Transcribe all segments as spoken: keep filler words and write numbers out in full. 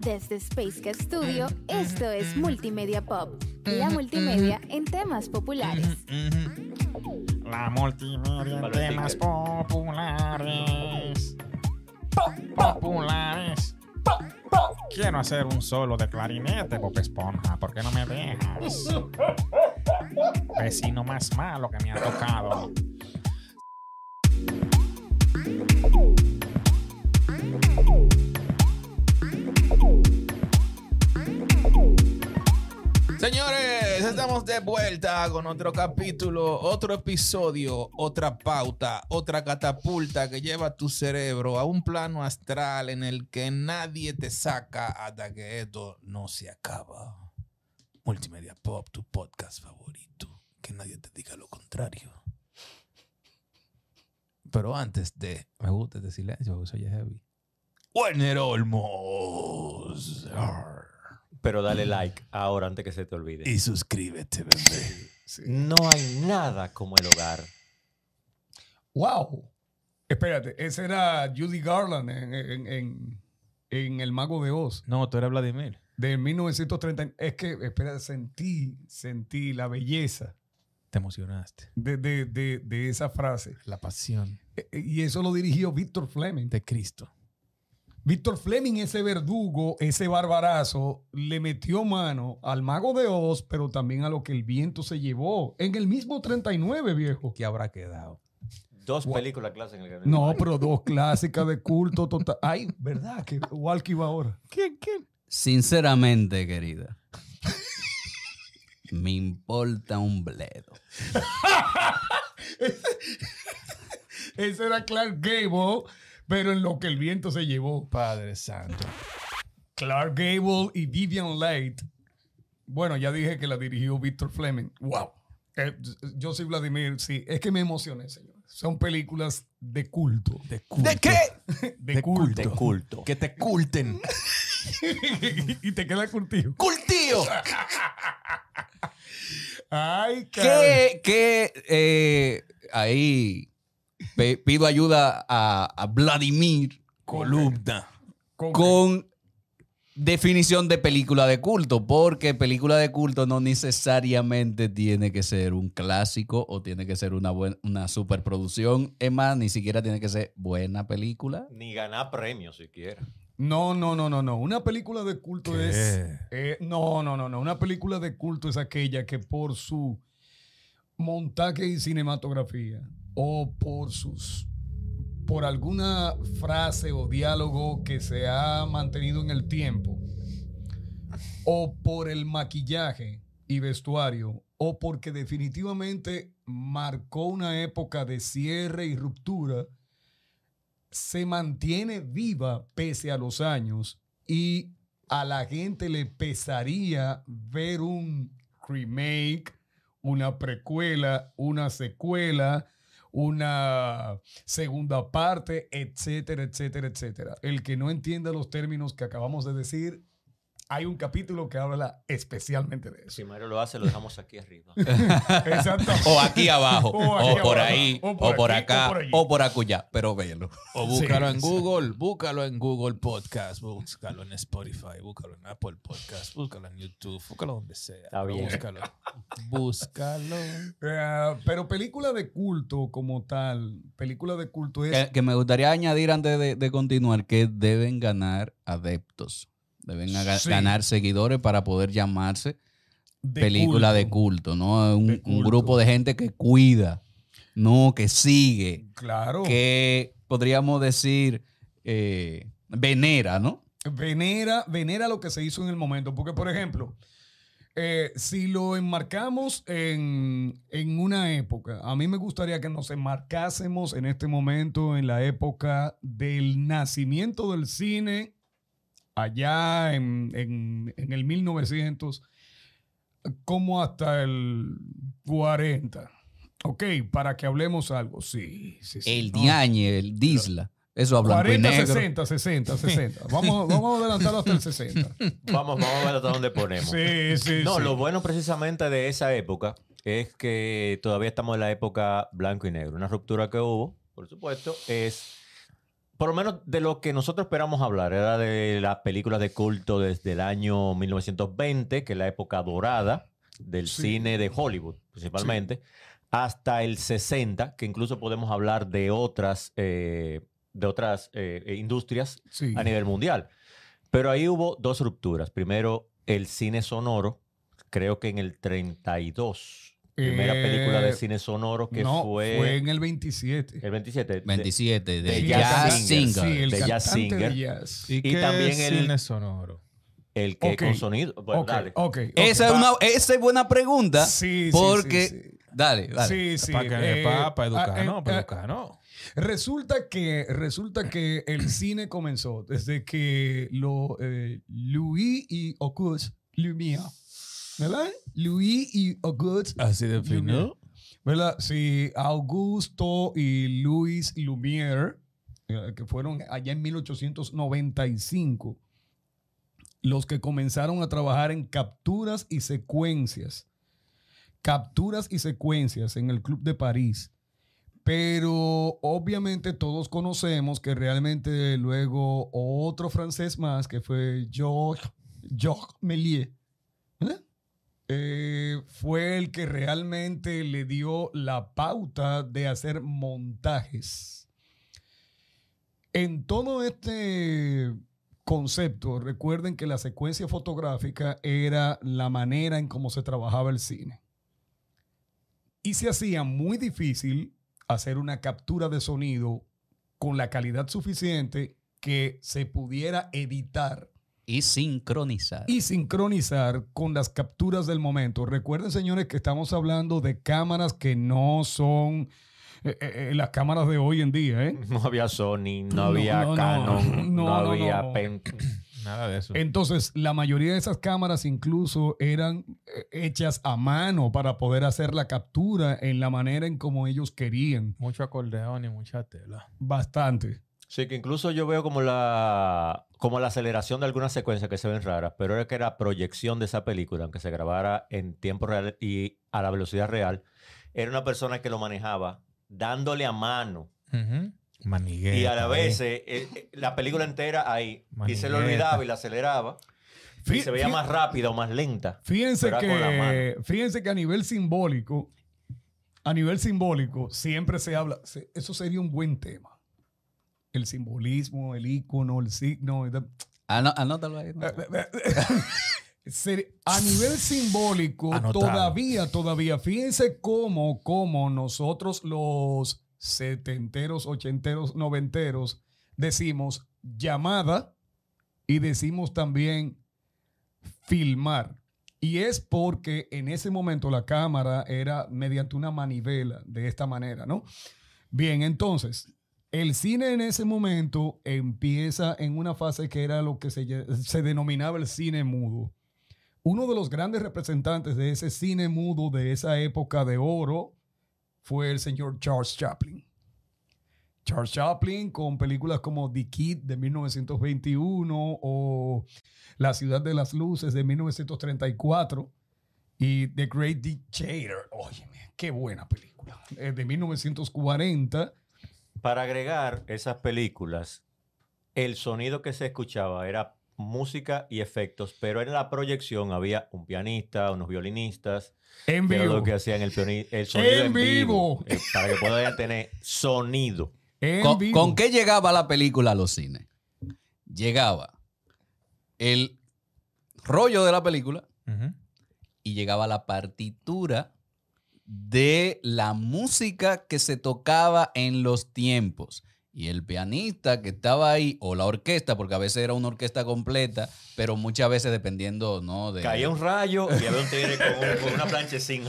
Desde Spacecat Studio, esto es Multimedia Pop, la multimedia en temas populares. La multimedia en temas populares. Populares. Quiero hacer un solo de clarinete, Bob Esponja. ¿Por qué no me dejas? Vecino más malo que me ha tocado. Señores, estamos de vuelta con otro capítulo, otro episodio, otra pauta, otra catapulta que lleva tu cerebro a un plano astral en el que nadie te saca hasta que esto no se acaba. Multimedia Pop, tu podcast favorito. Que nadie te diga lo contrario. Pero antes de... Me gusta este silencio porque soy heavy. Werner Olmos. Arr. Pero dale like ahora antes que se te olvide. Y suscríbete, bebé. Sí. No hay nada como el hogar. ¡Wow! Espérate, ese era Judy Garland en, en, en, en El Mago de Oz. No, tú eres Vladimir. De mil novecientos treinta. Es que, espera, sentí, sentí la belleza. Te emocionaste. De, de, de, de esa frase. La pasión. Y eso lo dirigió Víctor Fleming. De Cristo. Víctor Fleming, ese verdugo, ese barbarazo, le metió mano al Mago de Oz, pero también a lo que el viento se llevó. En el mismo treinta y nueve, viejo. ¿Qué habrá quedado? Dos Wow. películas clases en el canal. No, pero dos clásicas de culto total. Ay, ¿verdad? Que Walkie va ahora. ¿Quién? ¿Quién? Sinceramente, querida, me importa un bledo. Ese era Clark Gable, pero en lo que el viento se llevó. Padre Santo. Clark Gable y Vivian Leigh. Bueno, ya dije que la dirigió Víctor Fleming. ¡Wow! Eh, yo soy Vladimir, sí. Es que me emocioné, señor. Son películas de culto. ¿De culto? ¿De qué? De, De culto. culto. De culto. Que te culten. Y te queda curtido. ¡Cultío! Ay, cara. Que, que eh, ahí pe- pido ayuda a, a Vladimir Columna. Con- con definición de película de culto, porque película de culto no necesariamente tiene que ser un clásico o tiene que ser una, buen, una superproducción. Es más, ni siquiera tiene que ser buena película. Ni ganar premios siquiera. No, no, no, no, no. Una película de culto ¿Qué? es... eh, no, no, no, no. Una película de culto es aquella que por su montaje y cinematografía o por sus... por alguna frase o diálogo que se ha mantenido en el tiempo o por el maquillaje y vestuario o porque definitivamente marcó una época de cierre y ruptura, se mantiene viva pese a los años y a la gente le pesaría ver un remake, una precuela, una secuela, una segunda parte, etcétera, etcétera, etcétera. El que no entienda los términos que acabamos de decir, hay un capítulo que habla especialmente de eso. Si Mario lo hace, lo dejamos aquí arriba. Exacto. O aquí abajo, O o, aquí por abajo, ahí, o o por por, aquí, acá, o por allí. o por acullá, pero véelo. O búscalo Sí, en sí. Google, búscalo en Google Podcast, búscalo en Spotify, búscalo en Apple Podcast, búscalo en YouTube, búscalo donde sea. Está pero bien. Búscalo. Búscalo. Eh, pero película de culto como tal, película de culto es... Que, que me gustaría añadir antes de, de continuar que deben ganar adeptos, deben aga- Sí. ganar seguidores para poder llamarse de película culto. de culto, ¿no? Un, De un culto. grupo de gente que cuida, no, que sigue, Claro. que podríamos decir eh, venera, ¿no? Venera, venera lo que se hizo en el momento. Porque, por ejemplo, eh, si lo enmarcamos en, en una época, a mí me gustaría que nos enmarcásemos en este momento en la época del nacimiento del cine allá en, en, en el mil novecientos como hasta el cuarenta. Ok, para que hablemos algo. Sí, sí, sí. El No. Diañe, el Disla, eso a blanco y cuarenta, negro. sesenta, sesenta, sesenta. Vamos, vamos a adelantarlo hasta el sesenta. Vamos, vamos a ver hasta dónde ponemos. Sí, sí, No, sí. lo bueno precisamente de esa época es que todavía estamos en la época blanco y negro. Una ruptura que hubo, por supuesto, es por lo menos de lo que nosotros esperamos hablar, era de las películas de culto desde el año mil novecientos veinte, que es la época dorada del Sí. cine de Hollywood, principalmente, sí. hasta el sesenta, que incluso podemos hablar de otras, eh, de otras eh, industrias Sí. a nivel mundial. Pero ahí hubo dos rupturas. Primero, el cine sonoro, creo que en el treinta y dos. Primera Eh, película de cine sonoro que no, fue... fue en el veintisiete. El veintisiete. de- veintisiete, de, de Jazz Jazz Singer. Singer. Sí, el de Jazz cantante Singer. de jazz. ¿Y, Y qué también es el- cine sonoro? El que Ok. con sonido... Bueno, Ok, dale. ok, ok. Esa es, Va- una, esa es buena pregunta. Sí, sí, porque... sí, sí. Dale, dale. Sí, sí. para que eh, pa, pa educar, ah, ¿no? eh, Para eh, educar, ¿no? Resulta que, resulta que el cine comenzó desde que lo, eh, Louis y Auguste Lumière, ¿verdad? Louis y Auguste Así de Lumière, ¿verdad? Sí, Augusto y Louis Lumière, eh, que fueron allá en mil ochocientos noventa y cinco, los que comenzaron a trabajar en capturas y secuencias. Capturas y secuencias en el Club de París. Pero obviamente todos conocemos que realmente luego otro francés más, que fue Georges Georges Méliès, ¿verdad? Eh, fue el que realmente le dio la pauta de hacer montajes. En todo este concepto, recuerden que la secuencia fotográfica era la manera en cómo se trabajaba el cine. Y se hacía muy difícil hacer una captura de sonido con la calidad suficiente que se pudiera editar Y sincronizar. y sincronizar con las capturas del momento. Recuerden, señores, que estamos hablando de cámaras que no son eh, eh, las cámaras de hoy en día, ¿eh? No había Sony, no, No, había no, no. Canon, no, No, no, había no. Pen... Nada de eso. Entonces, la mayoría de esas cámaras incluso eran eh, hechas a mano para poder hacer la captura en la manera en como ellos querían. Mucho acordeón y mucha tela. Bastante. Sí, que incluso yo veo como la, como la aceleración de algunas secuencias que se ven raras, pero era que era proyección de esa película, aunque se grabara en tiempo real y a la velocidad real, era una persona que lo manejaba dándole a mano. Ujú. Manigueta. Y a la ahí. vez eh, eh, la película entera ahí. Y se le Manigueta. olvidaba y la aceleraba. Y Fí- se veía fí- más rápida o más lenta. Fíjense pero era con la que, mano. fíjense que a nivel simbólico, a nivel simbólico, siempre se habla, se- eso sería un buen tema. El simbolismo, el icono, el signo. el- Ano- anótalo ahí. ¿no? Ser- a nivel simbólico, Anotado. todavía, todavía, fíjense cómo, cómo nosotros los setenteros, ochenteros, noventeros decimos llamada y decimos también filmar. Y es porque en ese momento la cámara era mediante una manivela de esta manera, ¿no? Bien, entonces, el cine en ese momento empieza en una fase que era lo que se, lle- se denominaba el cine mudo. Uno de los grandes representantes de ese cine mudo de esa época de oro fue el señor Charles Chaplin. Charles Chaplin con películas como The Kid de mil novecientos veintiuno o La ciudad de las luces de mil novecientos treinta y cuatro y The Great Dictator. Óyeme, qué buena película. Eh, de mil novecientos cuarenta. Para agregar esas películas, el sonido que se escuchaba era música y efectos, pero en la proyección había un pianista, unos violinistas, En que era vivo. lo que hacían el, pioni- el sonido En en, vivo, vivo. eh, para que puedan tener sonido. En ¿Con, vivo. con qué llegaba la película a los cines? Llegaba el rollo de la película Ujú. y llegaba la partitura de la música que se tocaba en los tiempos. Y el pianista que estaba ahí, o la orquesta, porque a veces era una orquesta completa, pero muchas veces dependiendo, ¿no? De, Caía un rayo y había un tigre con, un- con una plancha sin...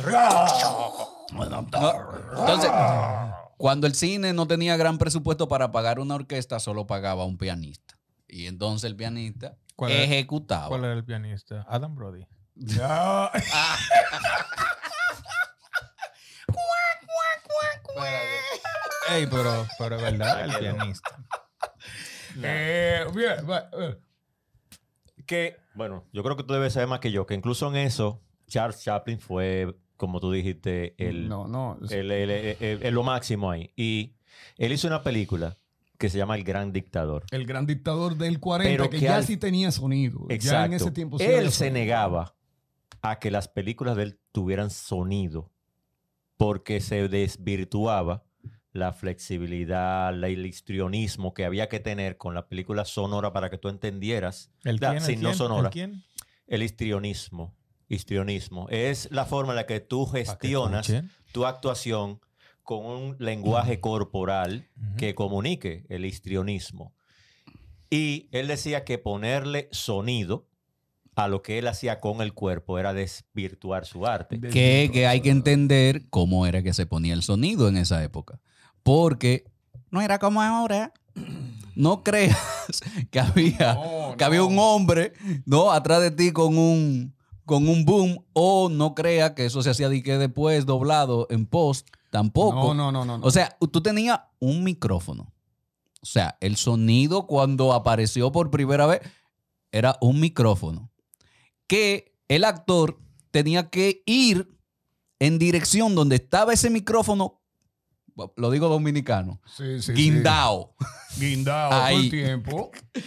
No, entonces, cuando el cine no tenía gran presupuesto para pagar una orquesta, solo pagaba un pianista. Y entonces el pianista ¿Cuál era- ejecutaba. ¿Cuál era el pianista? Adam Brody. Ya. Ey, pero, pero es verdad, el pianista. Eh, bien, va, eh. Que, bueno, yo creo que tú debes saber más que yo, que incluso en eso, Charles Chaplin fue, como tú dijiste, el, no, no. el, el- el- el- el- lo máximo ahí. Y él hizo una película que se llama El Gran Dictador. El Gran Dictador del cuarenta, Pero que, que ya al- sí tenía sonido. Exacto. Ya en ese tiempo sí Él había se sonido. negaba a que las películas de él tuvieran sonido porque se desvirtuaba la flexibilidad, la- el histrionismo que había que tener con la película sonora para que tú entendieras. ¿El la- quién? ¿El sin no quién? sonora. ¿El quién? El histrionismo. Histrionismo. Es la forma en la que tú gestionas escuchen. tu actuación con un lenguaje corporal Ujú. que comunique el histrionismo. Y él decía que ponerle sonido a lo que él hacía con el cuerpo era desvirtuar su arte. Que, que hay que entender cómo era que se ponía el sonido en esa época. Porque no era como ahora. No creas que había, No, que había no. un hombre, ¿no? Atrás de ti con un, con un boom. O no creas que eso se hacía de que después doblado en post. Tampoco. No, no, no, no. no. O sea, tú tenías un micrófono. O sea, el sonido cuando apareció por primera vez era un micrófono. Que el actor tenía que ir en dirección donde estaba ese micrófono, lo digo dominicano, Sí, sí, guindao. sí. Guindao todo Ahí. el tiempo.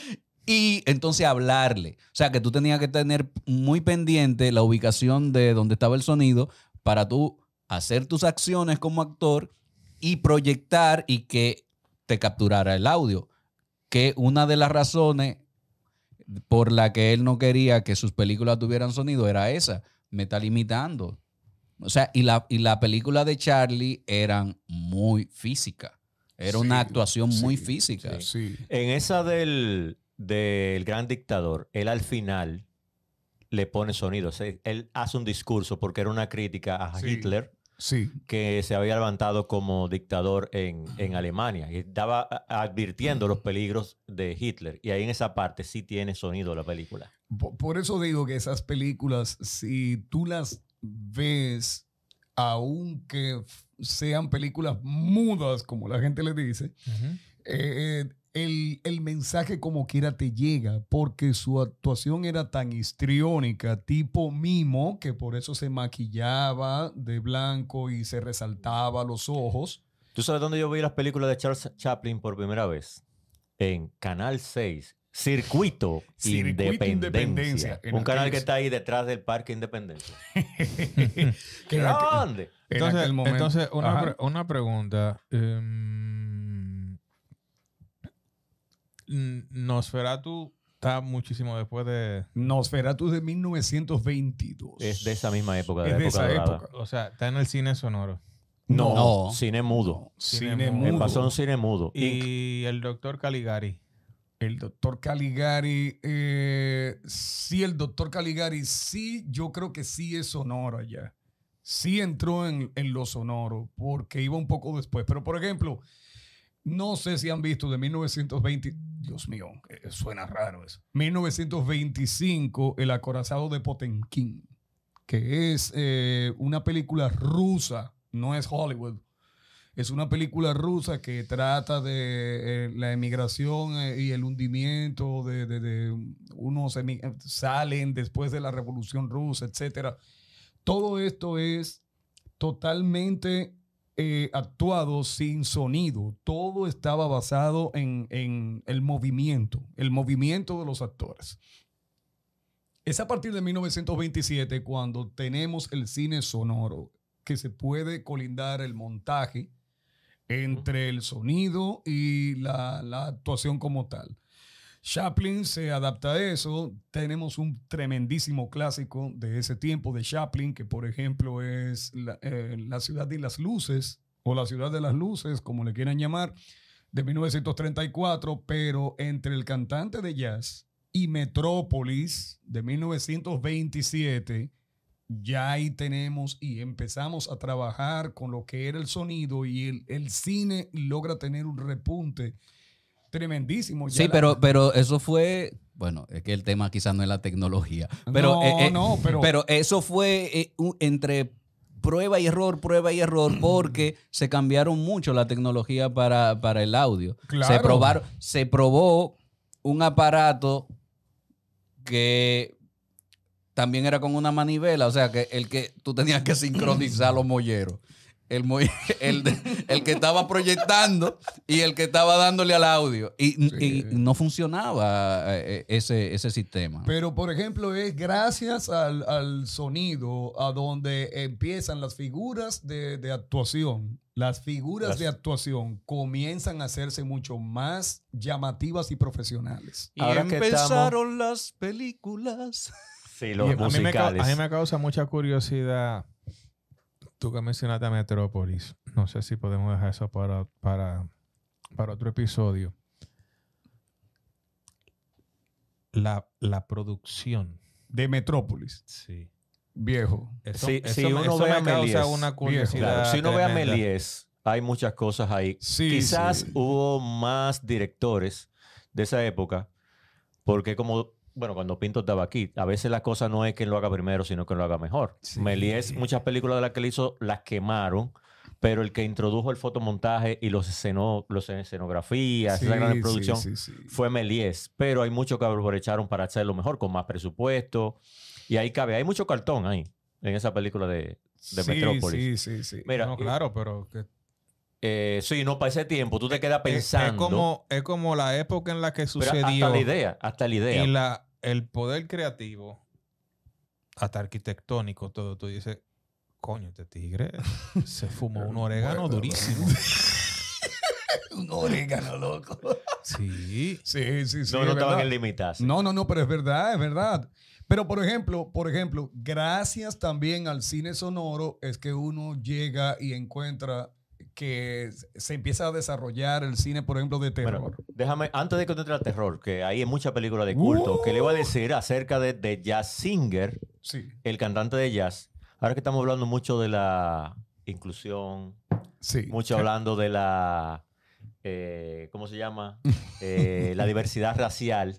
Y entonces hablarle. O sea, que tú tenías que tener muy pendiente la ubicación de donde estaba el sonido para tú hacer tus acciones como actor y proyectar y que te capturara el audio. Que una de las razones por la que él no quería que sus películas tuvieran sonido era esa. Me está limitando. O sea, y la, y la película de Charlie eran muy física. Era una Sí, actuación muy sí, física. Sí. En esa del, del Gran Dictador, él al final le pone sonido. O sea, él hace un discurso porque era una crítica a Sí. Hitler, Sí. que se había levantado como dictador en, en Alemania y estaba a- advirtiendo los peligros de Hitler. Y ahí en esa parte sí tiene sonido la película. Por, por eso digo que esas películas, si tú las ves, aunque f- sean películas mudas, como la gente le dice, Ujú. eh, el, el mensaje como quiera te llega, porque su actuación era tan histriónica, tipo mimo, que por eso se maquillaba de blanco y se resaltaba los ojos. ¿Tú sabes dónde yo vi las películas de Charles Chaplin por primera vez? En Canal seis. Circuito, Circuito Independencia. Independencia, en Un canal aquel- que está ahí detrás del Parque Independencia. Que en aquel- ¿Dónde? en Entonces, aquel momento- entonces una, Ajá. pre- una pregunta. em, n- Nosferatu está muchísimo después de... Nosferatu de mil novecientos veintidós. Es de esa misma época, de Es la de época esa dorada. época. O sea, está en el cine sonoro. No, No. cine mudo. Cine Cine mudo. Me pasó un cine mudo. Y Y el doctor Caligari. El doctor Caligari, eh, sí, el doctor Caligari, sí, yo creo que sí es sonoro allá. Sí entró en, en lo sonoro, porque iba un poco después. Pero, por ejemplo, no sé si han visto de mil novecientos veinte, Dios mío, eh, suena raro eso. mil novecientos veinticinco, El acorazado de Potemkin, que es eh, una película rusa, no es Hollywood. Es una película rusa que trata de eh, la emigración eh, y el hundimiento de, de- de unos emi- salen después de la Revolución Rusa, etcétera. Todo esto es totalmente eh, actuado sin sonido. Todo estaba basado en, en el movimiento, el movimiento de los actores. Es a partir de mil novecientos veintisiete cuando tenemos el cine sonoro, que se puede colindar el montaje entre el sonido y la, la actuación como tal. Chaplin se adapta a eso. Tenemos un tremendísimo clásico de ese tiempo de Chaplin, que por ejemplo es la, eh, La ciudad de las luces, o La ciudad de las luces, como le quieran llamar, de mil novecientos treinta y cuatro, pero entre El cantante de jazz y Metrópolis de mil novecientos veintisiete, ya ahí tenemos y empezamos a trabajar con lo que era el sonido, y el, el cine logra tener un repunte tremendísimo. Ya Sí, la- pero, pero eso fue, bueno, es que el tema quizás no es la tecnología, pero, No, eh, eh, no, pero- pero eso fue eh, un- entre prueba y error, prueba y error, porque se cambiaron mucho la tecnología para, para el audio. Claro. Se probaron, se probó un aparato que también era con una manivela, o sea, que el que tú tenías que sincronizar los molleros. el, muy- el, de- el que estaba proyectando y el que estaba dándole al audio. Y, Sí. y no funcionaba eh, ese, ese sistema. Pero, por ejemplo, es gracias al, al sonido a donde empiezan las figuras de, de actuación. Las figuras Las- de actuación comienzan a hacerse mucho más llamativas y profesionales. Y Ahora que empezaron las películas. Sí, Y los a, mí me, ca- musicales. a mí me causa mucha curiosidad. Tú que mencionaste a Metrópolis. No sé si podemos dejar eso para, para, para otro episodio. La, la producción. De Metrópolis, Sí. viejo. Eso, Sí, eso si me, uno eso ve me a causa Méliès, una viejo. curiosidad. Claro, si uno ve a tremenda. Méliès, hay muchas cosas ahí. Sí, Quizás sí. hubo más directores de esa época, porque como, bueno, cuando Pinto estaba aquí, a veces la cosa no es que lo haga primero, sino que lo haga mejor. Sí. Méliès, muchas películas de las que él hizo, las quemaron, pero el que introdujo el fotomontaje y los, esceno, los escenografías, Sí, esa gran sí, producción, sí, sí. fue Méliès. Pero hay muchos que aprovecharon para hacerlo mejor, con más presupuesto. Y ahí cabe, hay mucho cartón ahí, en esa película de, de Sí, Metrópolis. Sí, sí, sí. Mira, No, claro, pero que- eh, sí, no, para ese tiempo tú te quedas es, pensando. es como, es como la época en la que pero sucedió. hasta la idea, hasta la idea. Y la, el poder creativo, hasta arquitectónico, todo. Tú dices, coño, este tigre se fumó un orégano Bueno, durísimo. Un orégano, loco. Sí. Sí, sí, sí. no, no es estaban verdad. en limitarse. No, no, no, pero es verdad, es verdad. Pero por ejemplo, por ejemplo, gracias también al cine sonoro es que uno llega y encuentra que se empieza a desarrollar el cine, por ejemplo, de terror. Bueno, déjame, antes de que entre al terror, que ahí hay muchas películas de culto, Uh. que le voy a decir acerca de, de Jazz Singer, Sí, el cantante de jazz. Ahora que estamos hablando mucho de la inclusión, sí. mucho hablando de la, eh, ¿cómo se llama? Eh, la diversidad racial.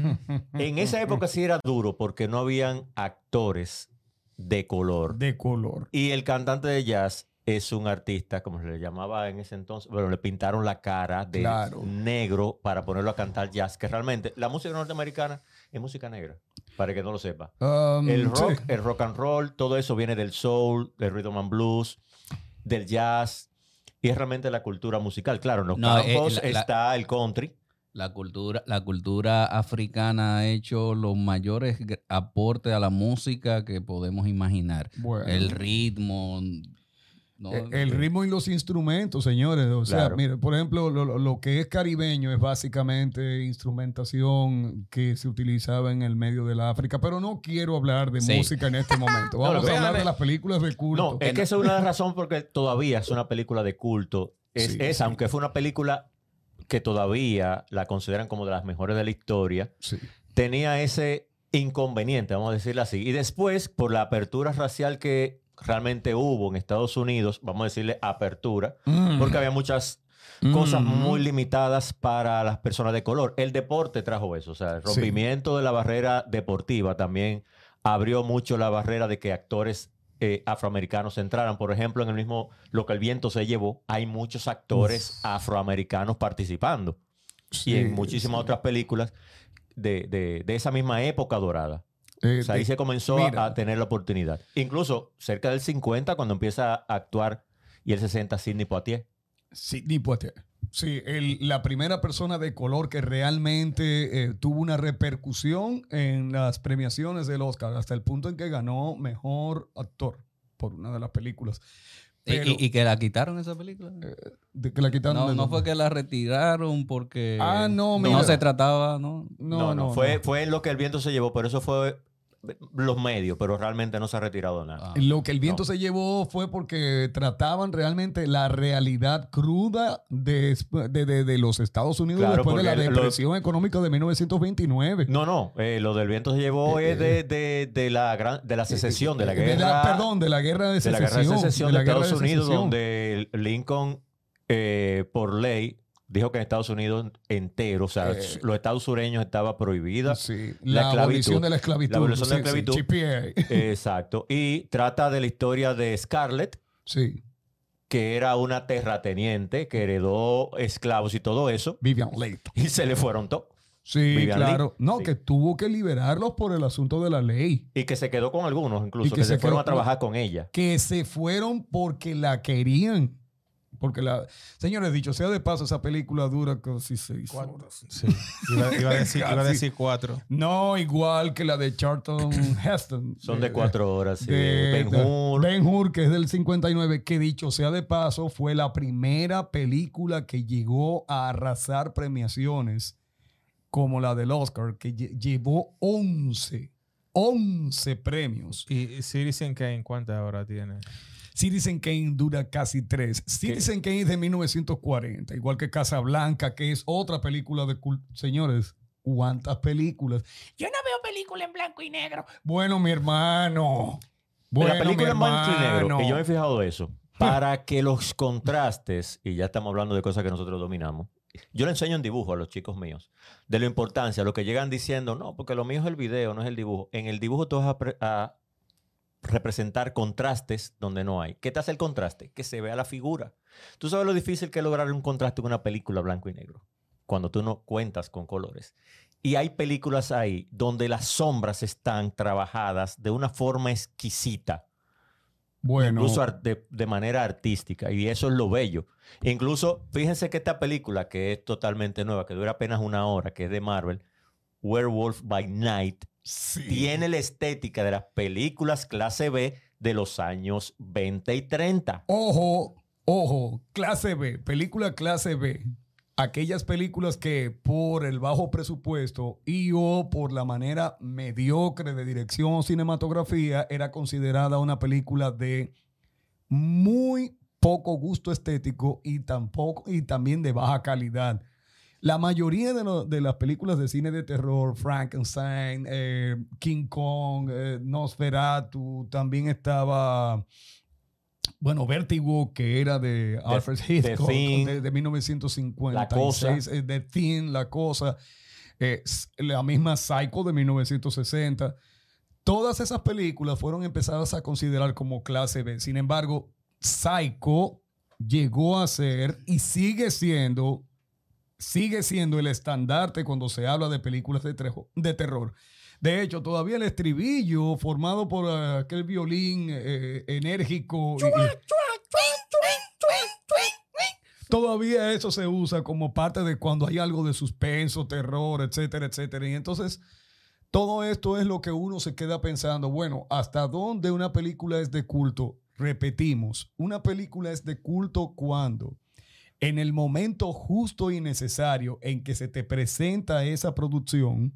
En esa época sí era duro porque no habían actores de color. De color. Y el cantante de jazz es un artista, como se le llamaba en ese entonces, bueno, le pintaron la cara de Claro. negro para ponerlo a cantar jazz, que realmente la música norteamericana es música negra, para que no lo sepa. Um, El rock, sí. el rock and roll, todo eso viene del soul, del rhythm and blues, del jazz, y es realmente la cultura musical. Claro, en los No, eh, campos la- la- está el country. La cultura, la cultura africana ha hecho los mayores gr- aportes a la música que podemos imaginar. Bueno. El ritmo. ¿no? Eh, El ritmo y los instrumentos, señores. O sea, Claro. mire, por ejemplo, lo, lo- lo que es caribeño es básicamente instrumentación que se utilizaba en el medio de la África, pero no quiero hablar de Sí. música en este momento. Vamos No, a hablar vean, de las películas de culto. No, es que esa es una de las razones porque todavía es una película de culto. Es Sí, esa, sí. aunque fue una película que todavía la consideran como de las mejores de la historia, Sí. tenía ese inconveniente, vamos a decirlo así. Y después, por la apertura racial que realmente hubo en Estados Unidos, vamos a decirle apertura, Mm. porque había muchas cosas Mm. muy limitadas para las personas de color. El deporte trajo eso, o sea, el Sí. rompimiento de la barrera deportiva también abrió mucho la barrera de que actores eh, afroamericanos entraran. Por ejemplo, en el mismo Lo que el viento se llevó, hay muchos actores afroamericanos participando. Sí, y en muchísimas sí. otras películas de, de- de esa misma época dorada. Eh, O sea, ahí de- se comenzó a- mira. a tener la oportunidad. Incluso cerca del cincuenta, cuando empieza a actuar, y el sesenta, Sidney Poitier. Sidney Poitier. Sí, el- la primera persona de color que realmente eh, tuvo una repercusión en las premiaciones del Oscar, hasta el punto en que ganó mejor actor por una de las películas. Y- Pero, y, y que la quitaron esa película. de que la quitaron No, de no dónde? fue que la retiraron porque Ah, no, no mira. se trataba, ¿no? No, no, fue, no. fue lo que el viento se llevó, pero eso fue los medios, pero realmente no se ha retirado nada. Ah. Lo que el viento No. se llevó fue porque trataban realmente la realidad cruda de, de, de- de los Estados Unidos Claro, después de la porque lo- depresión económica de mil novecientos veintinueve. No, no, eh, lo del viento se llevó Eh, es de, de- de la gran, de la secesión, de la De guerra. perdón, de la guerra de de la secesión. guerra de secesión de, la guerra Estados de Unidos, secesión. donde Lincoln, eh, por ley, dijo que en Estados Unidos entero, o sea, Eh, los estados sureños estaba prohibida. Sí, la la, esclavitud. abolición de la esclavitud. La abolición de la Sí, sí, esclavitud. G P A. Exacto. Y trata de la historia de Scarlett, Sí, que era una terrateniente que heredó esclavos y todo eso, Vivian Leigh. y se le fueron todos. Sí, Vivian claro. Lee. No, Sí. que tuvo que liberarlos por el asunto de la ley. Y que se quedó con algunos, incluso, Y que, que se, se fueron quedó- a trabajar con ella. Que se fueron porque la querían. Porque la... Señores, dicho sea de paso, esa película dura casi seis horas. Sí. Iba, iba a decir, iba a Casi. decir cuatro. No, igual que la de Charlton Heston. Son de cuatro horas. Sí. de- Ben de- Hur. Ben-Hur, que es del cincuenta y nueve, que dicho sea de paso, fue la primera película que llegó a arrasar premiaciones como la del Oscar, que lle- llevó once, once premios. ¿Y Citizen Kane cuántas horas tiene? Citizen Kane dura casi tres. Citizen Kane es de mil novecientos cuarenta, igual que Casablanca, que es otra película de culto. Señores, ¿cuántas películas? Yo no veo película en blanco y negro. Bueno, mi hermano. Bueno, la película mi en blanco y negro, hermano. y yo me he fijado eso, para que los contrastes, y ya estamos hablando de cosas que nosotros dominamos, yo le enseño en dibujo a los chicos míos, de la importancia, lo que llegan diciendo, no, porque lo mío es el video, no es el dibujo. En el dibujo tú vas a, pre- a representar contrastes donde no hay. ¿Qué te hace el contraste? Que se vea la figura. Tú sabes lo difícil que es lograr un contraste con una película blanco y negro, cuando tú no cuentas con colores. Y hay películas ahí donde las sombras están trabajadas de una forma exquisita, Bueno, incluso ar- de, de manera artística, y eso es lo bello. Incluso, fíjense que esta película, que es totalmente nueva, que dura apenas una hora, que es de Marvel, Werewolf by Night, sí. tiene la estética de las películas clase B de los años veinte y treinta. Ojo, ojo, clase B, película clase B. Aquellas películas que por el bajo presupuesto y o por la manera mediocre de dirección o cinematografía era considerada una película de muy poco gusto estético y tampoco y también de baja calidad. La mayoría de, lo- de las películas de cine de terror, Frankenstein, eh, King Kong, eh, Nosferatu, también estaba, bueno, Vértigo, que era de Alfred Hitchcock, Thing, de, de mil novecientos cincuenta y La Cosa. seis, eh, The Thing, La Cosa, eh, s- la misma Psycho de mil novecientos sesenta. Todas esas películas fueron empezadas a considerar como clase B. Sin embargo, Psycho llegó a ser y sigue siendo sigue siendo el estandarte cuando se habla de películas de, trejo- de terror. De hecho, todavía el estribillo formado por uh, aquel violín eh, enérgico. y- y- todavía eso se usa como parte de cuando hay algo de suspenso, terror, etcétera, etcétera. Y entonces, todo esto es lo que uno se queda pensando. Bueno, ¿hasta dónde una película es de culto? Repetimos, una película es de culto cuando en el momento justo y necesario en que se te presenta esa producción,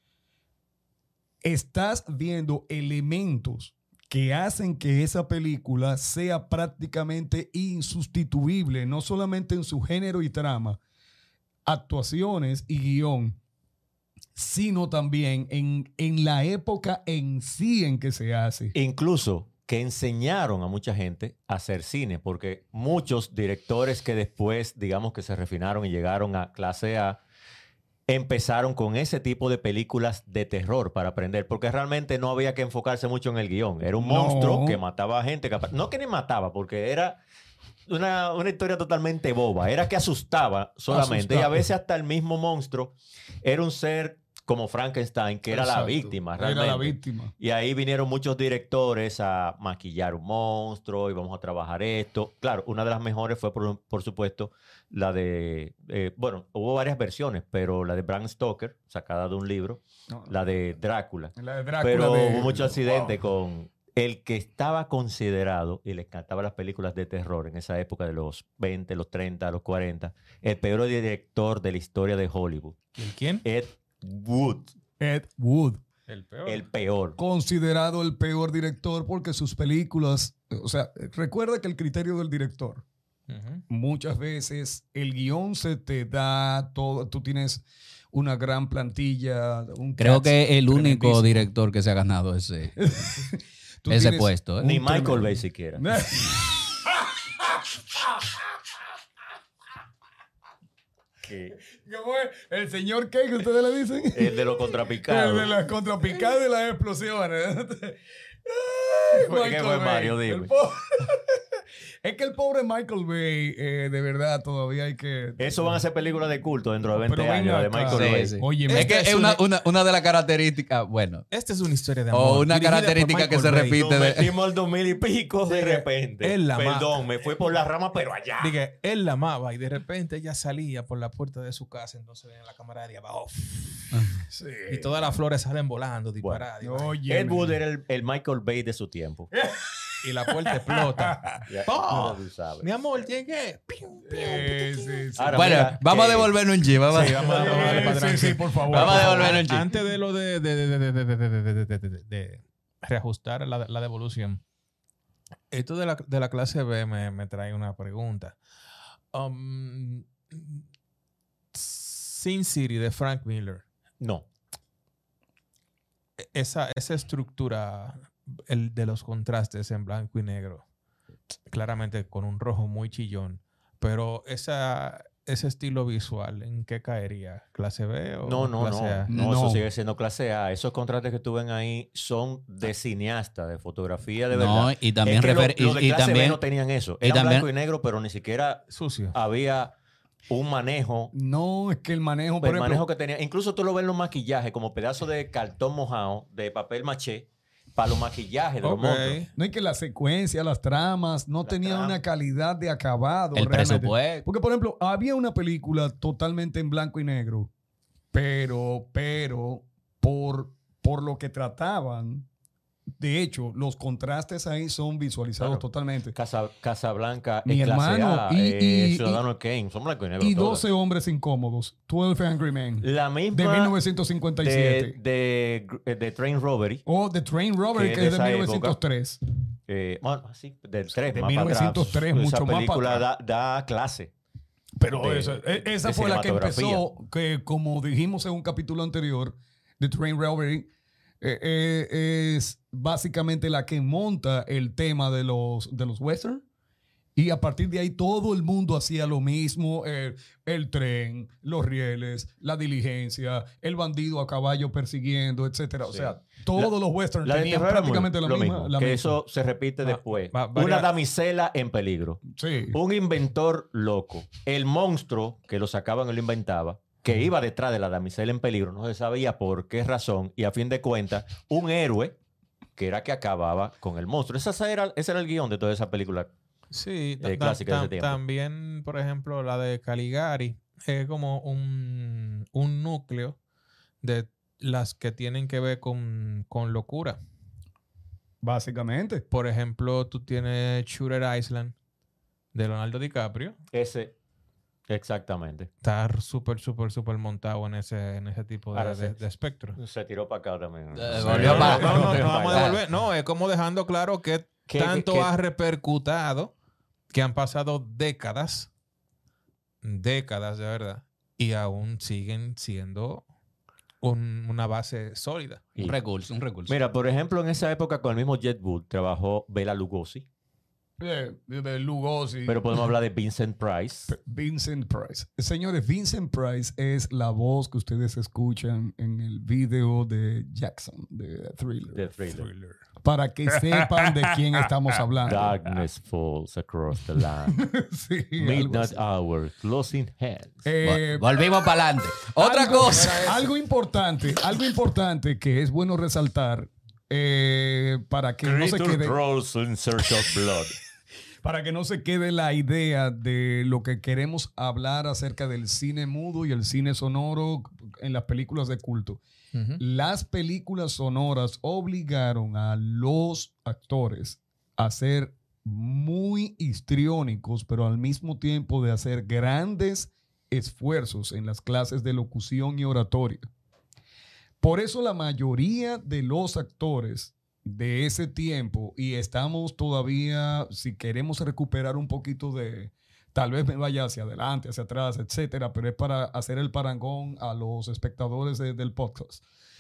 estás viendo elementos que hacen que esa película sea prácticamente insustituible, no solamente en su género y trama, actuaciones y guión, sino también en, en la época en sí en que se hace. Incluso que enseñaron a mucha gente a hacer cine, porque muchos directores que después, digamos que se refinaron y llegaron a clase A, empezaron con ese tipo de películas de terror para aprender, porque realmente no había que enfocarse mucho en el guión. Era un No. monstruo que mataba a gente, que, no que ni mataba, porque era una, una historia totalmente boba, era que asustaba solamente, Asustaba. y a veces hasta el mismo monstruo era un ser como Frankenstein, que era la Exacto. víctima Era realmente. la víctima. Y ahí vinieron muchos directores a maquillar un monstruo y vamos a trabajar esto. Claro, una de las mejores fue, por, por supuesto, la de... eh, bueno, hubo varias versiones, pero la de Bram Stoker, sacada de un libro, la de Drácula. La de Drácula Pero de- hubo mucho accidente Wow. con el que estaba considerado, y le encantaban las películas de terror en esa época de los veinte, los treinta, los cuarenta, el peor director de la historia de Hollywood, ¿El quién? Ed Wood. Ed Wood. El peor. El peor. Considerado el peor director porque sus películas, o sea, recuerda que el criterio del director, Ujú. muchas veces el guión se te da todo, tú tienes una gran plantilla, un Creo cast que el único tremendísimo. director que se ha ganado ese, Tú ese tienes puesto. ¿eh? Ni un Michael tremendo- Bay siquiera. Que- ¿Cómo es? El señor qué que ustedes le dicen. El de los El contrapicados. de las contrapicadas y las explosiones. Ay, Fue- ¿qué Michael fue, Bay, Mario? el Dime. po- Es que el pobre Michael Bay, eh, de verdad, todavía hay que... Eso van a ser películas de culto dentro de veinte Pero venga años de acá. Michael Sí, Bay. sí. Oye, Es que es es una, una- una, una de las características, bueno, Esta es una historia de amor. o una dirigida por característica que se Michael Bay. repite Nos de... metimos al dos mil y pico de Sí, repente. es la Perdón, me fui por la rama, pero allá. Dije, él la amaba y de repente ella salía por la puerta de su casa, entonces en la cámara de abajo sí. y todas las flores salen volando, disparadas. y vaina. Oye, Ed Wood era el, el Michael Bay de su tiempo. Y la puerta explota. Ya, ¡Oh! tú sabes. Mi amor, llegué. Pium, pium, Eh, pium, sí, sí. Ahora, Bueno, mira, vamos a que- devolvernos un G. Vamos, Sí, vamos a- vamos a darle para Eh, atrás. sí, sí, por favor. Vamos a por favor. devolvernos un G. Antes de lo de, de, de, de, de, de, de, de, de, de, de, de reajustar la, la devolución, esto de la, de la clase B me, me trae una pregunta. Um, Sin City de Frank Miller, No. esa, esa estructura el de los contrastes en blanco y negro, claramente con un rojo muy chillón, pero esa, ese estilo visual, ¿en qué caería? ¿Clase B o No, no, clase no. A? No, No. eso sigue siendo clase A. Esos contrastes que tú ven ahí son de cineasta, de fotografía de verdad. No, y también... Es que lo- refer- los de y, y clase B también no tenían eso. y Era también- blanco y negro, pero ni siquiera Sucio. había un manejo. No, es que el manejo, por El ejemplo, manejo que tenía. Incluso tú lo ves en los maquillajes, como pedazos de cartón mojado, de papel maché, para los maquillajes de los Ok. monstruos. no es que la secuencia, las tramas, no La tenían trama. una calidad de acabado. el realmente. presupuesto. Porque, por ejemplo, había una película totalmente en blanco y negro, pero, pero, por, por lo que trataban, de hecho, los contrastes ahí son visualizados Claro. totalmente. Casa, Casablanca Mi es clase hermano, A, y- eh, y- Ciudadano Kane, son blanco y negro Y todas. doce hombres incómodos, doce Angry Men, La misma de mil novecientos cincuenta y de, siete. de, de, de Train Robbery. O The Train Robbery, que que, de es de esa mil novecientos tres. Eh, bueno, sí, del tres, De más mil novecientos tres, para atrás. mucho Esa más para película da, atrás. da clase. Pero de- esa, e- esa de fue la que cinematografía. empezó, que como dijimos en un capítulo anterior, The Train Robbery, eh, eh, es básicamente la que monta el tema de los, de los western. Y a partir de ahí todo el mundo hacía lo mismo, eh, el tren, los rieles, la diligencia, el bandido a caballo persiguiendo, etcétera. O Sí. sea, todos La- los western La de tenían terror era muy- prácticamente la lo misma. mismo, la que misma. eso se repite Va- después. va- Una varia- damisela en peligro. Sí. Un inventor loco. El monstruo que lo sacaban y lo inventaba, que iba detrás de la damisela en peligro, no se sabía por qué razón. Y a fin de cuentas, un héroe que era que acababa con el monstruo. Esa era, ese era el guión de toda esa película. Sí, ta- Eh, ta- clásica de ese tam- tiempo. también, por ejemplo, la de Caligari es como un, un núcleo de las que tienen que ver con, con locura. Básicamente. Por ejemplo, tú tienes Shooter Island de Leonardo DiCaprio. Ese, exactamente. Está súper, súper, súper montado en ese, en ese tipo de, Ahora de- sí. de espectro. Se tiró para acá también. Eh, Sí. volvió No, para- no, no, no, volvió no vamos a para- devolver. No, es como dejando claro que ¿Qué- tanto qué- ha repercutado que han pasado décadas, décadas de verdad, y aún siguen siendo un- una base sólida. Un recurso, un recurso. Mira, por ejemplo, en esa época con el mismo Jet Wood trabajó Bela Lugosi, De, de Lugosi. pero podemos hablar de Vincent Price. Vincent Price. Señores, Vincent Price es la voz que ustedes escuchan en el video de Jackson, de Thriller. de Thriller. Para que sepan de quién estamos hablando. Darkness falls across the land. Sí, algo Midnight así. hour, closing hands. Eh, Vol- Volvimos para adelante. Otra algo- cosa. Algo importante, algo importante que es bueno resaltar eh, para que no se Creature quede... crawls in search of blood. Para que no se quede la idea de lo que queremos hablar acerca del cine mudo y el cine sonoro en las películas de culto. Las películas sonoras obligaron a los actores a ser muy histriónicos, pero al mismo tiempo de hacer grandes esfuerzos en las clases de locución y oratoria. Por eso la mayoría de los actores de ese tiempo, y estamos todavía, si queremos recuperar un poquito de, tal vez me vaya hacia adelante, hacia atrás, etcétera, pero es para hacer el parangón a los espectadores de- del podcast.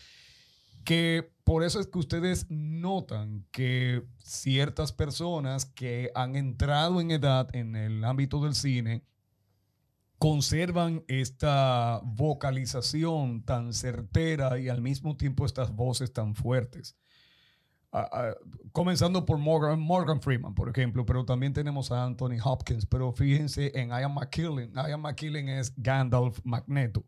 Que por eso es que ustedes notan que ciertas personas que han entrado en edad en el ámbito del cine conservan esta vocalización tan certera y al mismo tiempo estas voces tan fuertes. a- a- comenzando por Morgan, Morgan Freeman, por ejemplo, pero también tenemos a Anthony Hopkins, pero fíjense en Ian McKellen. Ian McKellen es Gandalf Magneto.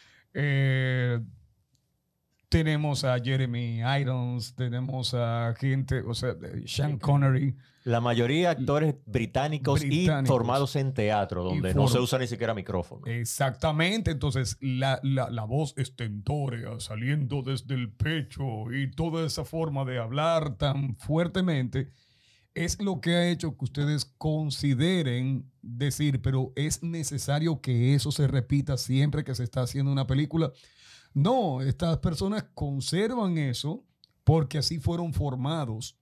Eh, tenemos a Jeremy Irons, tenemos a gente, o sea, Sean Connery. La mayoría de actores británicos, Británicos. y formados en teatro, donde Y no form- se usa ni siquiera micrófono. Exactamente, entonces la, la, la voz estentórea saliendo desde el pecho y toda esa forma de hablar tan fuertemente es lo que ha hecho que ustedes consideren decir, pero es necesario que eso se repita siempre que se está haciendo una película. No, estas personas conservan eso porque así fueron formados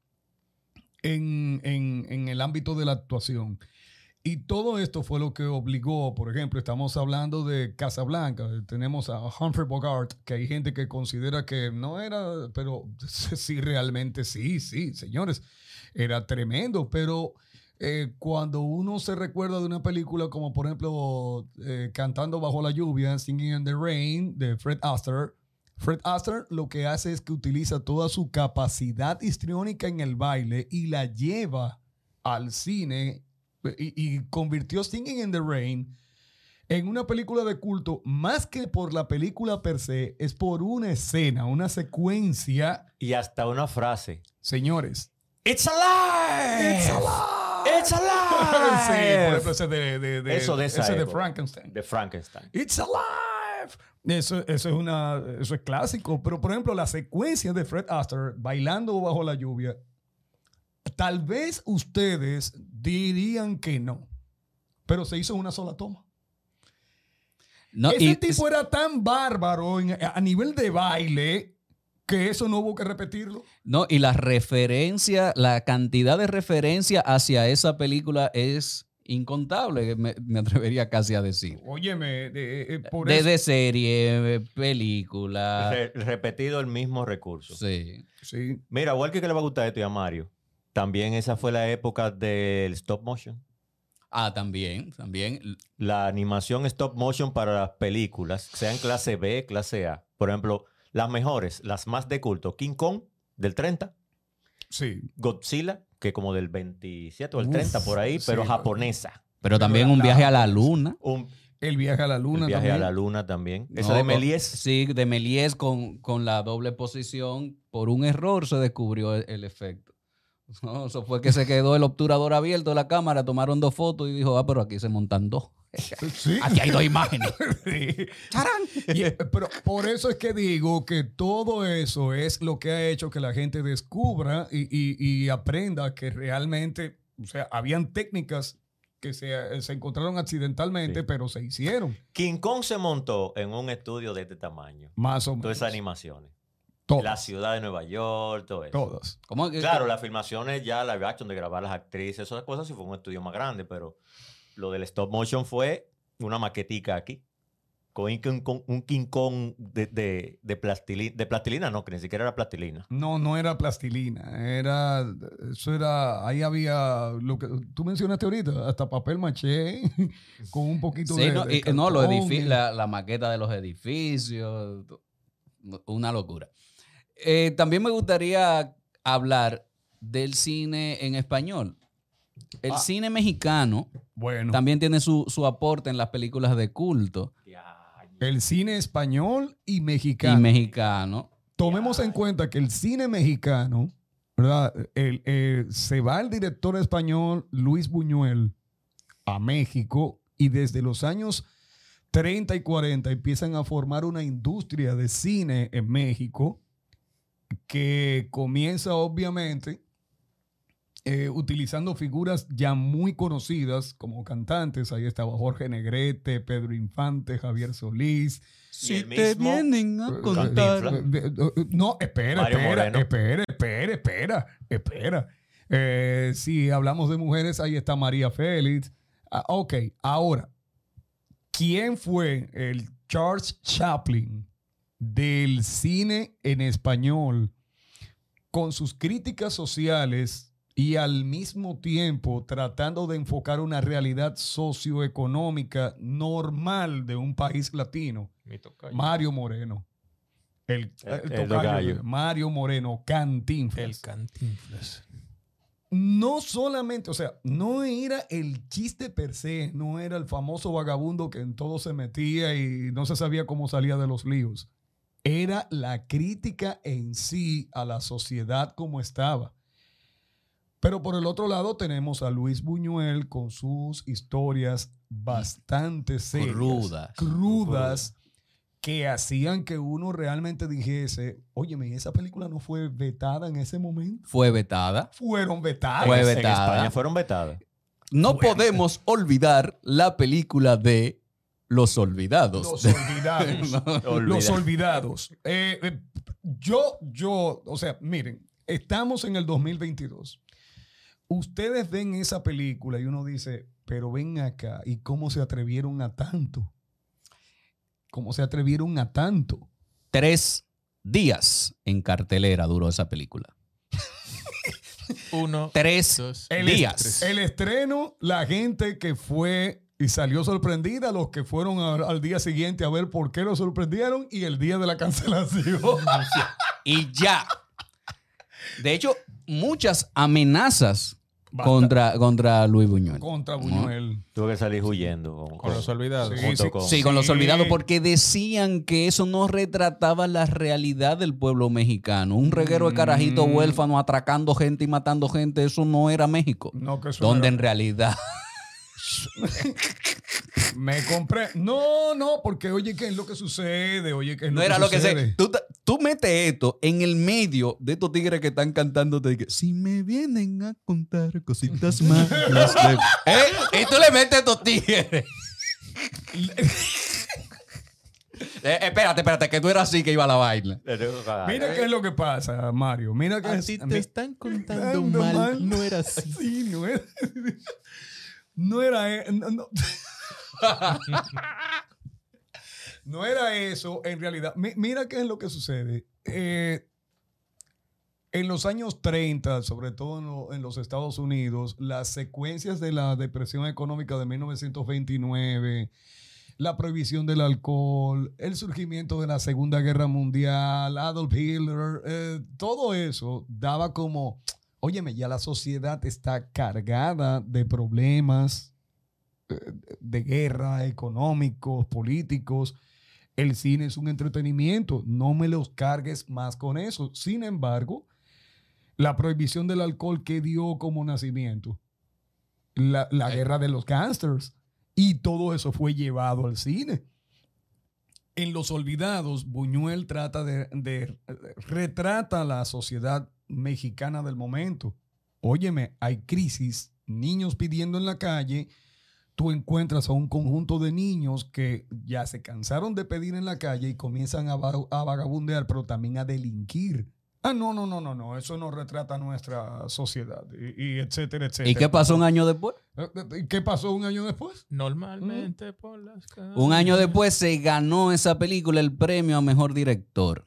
en, en, en el ámbito de la actuación. Y todo esto fue lo que obligó, por ejemplo, estamos hablando de Casablanca, tenemos a Humphrey Bogart, que hay gente que considera que no era, pero sí, realmente sí, sí, señores, era tremendo, pero eh, cuando uno se recuerda de una película como, por ejemplo, eh, Cantando bajo la lluvia, Singing in the Rain, de Fred Astaire, Fred Astaire lo que hace es que utiliza toda su capacidad histriónica en el baile y la lleva al cine y, y convirtió Singing in the Rain en una película de culto, más que por la película per se, es por una escena, una secuencia. Y hasta una frase. Señores. ¡It's alive! ¡It's alive! ¡It's alive! Sí, por ejemplo, ese de, de, de, Eso de esa ese de época. Frankenstein. De Frankenstein. It's alive. Eso, eso, es una, eso es clásico. Pero, por ejemplo, la secuencia de Fred Astaire bailando bajo la lluvia, tal vez ustedes dirían que no, pero se hizo en una sola toma. No, Ese y- tipo era tan bárbaro en- a nivel de baile que eso no hubo que repetirlo. No, y la referencia, la cantidad de referencia hacia esa película es incontable, me, me atrevería casi a decir. Óyeme, de, eh, por eso. Desde serie, película. Re- repetido el mismo recurso. Sí. Sí. Mira, igual que, que le va a gustar esto y a Mario, también esa fue la época del stop motion. Ah, también, también. La animación stop motion para las películas, sean clase B, clase A. Por ejemplo, las mejores, las más de culto, King Kong del treinta, Sí. Godzilla, que como del veintisiete o el Uf, treinta por ahí, sí, pero claro. japonesa. Pero también un viaje a la luna. Un El viaje a la luna el viaje también. a la luna también. Esa No, de con- Méliès. Sí, de Méliès con, con la doble posición. Por un error se descubrió el, el efecto. No, eso fue que se quedó el obturador abierto de la cámara, tomaron dos fotos y dijo, ah, pero aquí se montan dos. Sí. Aquí hay dos imágenes. Sí. Y, eh, pero por eso es que digo que todo eso es lo que ha hecho que la gente descubra y, y- y aprenda que realmente, o sea, habían técnicas que se, se encontraron accidentalmente, Sí. pero se hicieron. King Kong se montó en un estudio de este tamaño. Más o menos. Todas esas animaciones. Todas. La ciudad de Nueva York, todo eso. Todas. ¿Cómo que- Claro, las filmaciones ya, live action, de grabar las actrices, esas cosas sí fue un estudio más grande, pero lo del stop motion fue una maquetica aquí. Con un King Kong, un King Kong de, de, de, plastilina, de plastilina, no, que ni siquiera era plastilina. No, no era plastilina, era, eso era, ahí había lo que tú mencionaste ahorita, hasta papel maché con un poquito Sí, de, no, de y- no, los cartón edifi- y- la, la maqueta de los edificios, una locura. Eh, también me gustaría hablar del cine en español. El Ah. cine mexicano Bueno, también tiene su, su aporte en las películas de culto el cine español y mexicano. y mexicano. Tomemos en cuenta que el cine mexicano, ¿verdad? El, eh, se va el director español Luis Buñuel a México y desde los años treinta y cuarenta empiezan a formar una industria de cine en México que comienza obviamente eh, utilizando figuras ya muy conocidas como cantantes. Ahí estaba Jorge Negrete, Pedro Infante, Javier Solís. Y el mismo vienen Eh, contar. eh, eh, eh, No, espera, Mario espera, Moreno. espera, espera, espera, espera. Eh, si hablamos de mujeres, ahí está María Félix. Ah, ok, ahora, ¿quién fue el Charles Chaplin del cine en español con sus críticas sociales y al mismo tiempo tratando de enfocar una realidad socioeconómica normal de un país latino? Mario Moreno. El, El- el el tocayo tocayo. de Mario Moreno, Cantinflas. El Cantinflas. No solamente, o sea, no era el chiste per se, no era el famoso vagabundo que en todo se metía y no se sabía cómo salía de los líos. Era la crítica en sí a la sociedad como estaba. Pero por el otro lado tenemos a Luis Buñuel con sus historias bastante serias, Crudas. crudas, que hacían que uno realmente dijese, óyeme, esa película no fue vetada en ese momento. Fue vetada. Fueron vetadas. Fue En- En vetada. España fueron vetadas. No podemos olvidar la película de Los Olvidados. Los olvidados. No. Los Olvida. olvidados. Eh, eh, yo, yo, o sea, miren, estamos en el dos mil veintidós. Ustedes ven esa película y uno dice, pero ven acá, ¿y cómo se atrevieron a tanto? ¿Cómo se atrevieron a tanto? Tres días en cartelera duró esa película. Uno, Tres dos, El, días. est- el estreno, la gente que fue y salió sorprendida, los que fueron a- al día siguiente a ver por qué lo sorprendieron y el día de la cancelación. Y ya. De hecho, muchas amenazas Basta- contra, contra Luis Buñuel. Contra Buñuel. Tuvo que salir huyendo. Con, con los olvidados. Sí, junto sí. con- Sí, con los Sí. olvidados, porque decían que eso no retrataba la realidad del pueblo mexicano. Un reguero de carajito Mm. huérfano atracando gente y matando gente, eso no era México. No, que eso Donde era- en realidad Me compré. No, no, porque oye, ¿qué es lo que sucede? Oye, ¿qué es no lo era que lo que sucede? se. Tú, ta- tú metes esto en el medio de estos tigres que están cantando. De que, si me vienen a contar cositas malas. de-". ¿Eh? Y tú le metes a estos tigres. Eh, espérate, espérate, que tú eras así que iba a la vaina. Mira qué es lo que pasa, Mario. Mira que A es- ti te mi- están contando Ando mal, mal. no era así. Sí, no era. No era. e- No, no. No era eso, en realidad. Mi- mira qué es lo que sucede. Eh, en los años treinta, sobre todo en, lo- en los Estados Unidos, las secuencias de la depresión económica de mil novecientos veintinueve, la prohibición del alcohol, el surgimiento de la Segunda Guerra Mundial, Adolf Hitler, eh, todo eso daba como, óyeme, ya la sociedad está cargada de problemas eh, de guerra, económicos, políticos. El cine es un entretenimiento, no me los cargues más con eso. Sin embargo, la prohibición del alcohol que dio como nacimiento, la, la guerra de los gángsters, y todo eso fue llevado al cine. En Los Olvidados, Buñuel trata de, de retrata a la sociedad mexicana del momento. Óyeme, hay crisis, niños pidiendo en la calle. Tú encuentras a un conjunto de niños que ya se cansaron de pedir en la calle y comienzan a, va- a vagabundear, pero también a delinquir. Ah, no, no, no, no, no. Eso no retrata nuestra sociedad. Y, y etcétera, etcétera. ¿Y qué pasó un año después? ¿Y qué pasó un año después? Normalmente por las calles. Un año después se ganó esa película el premio a mejor director.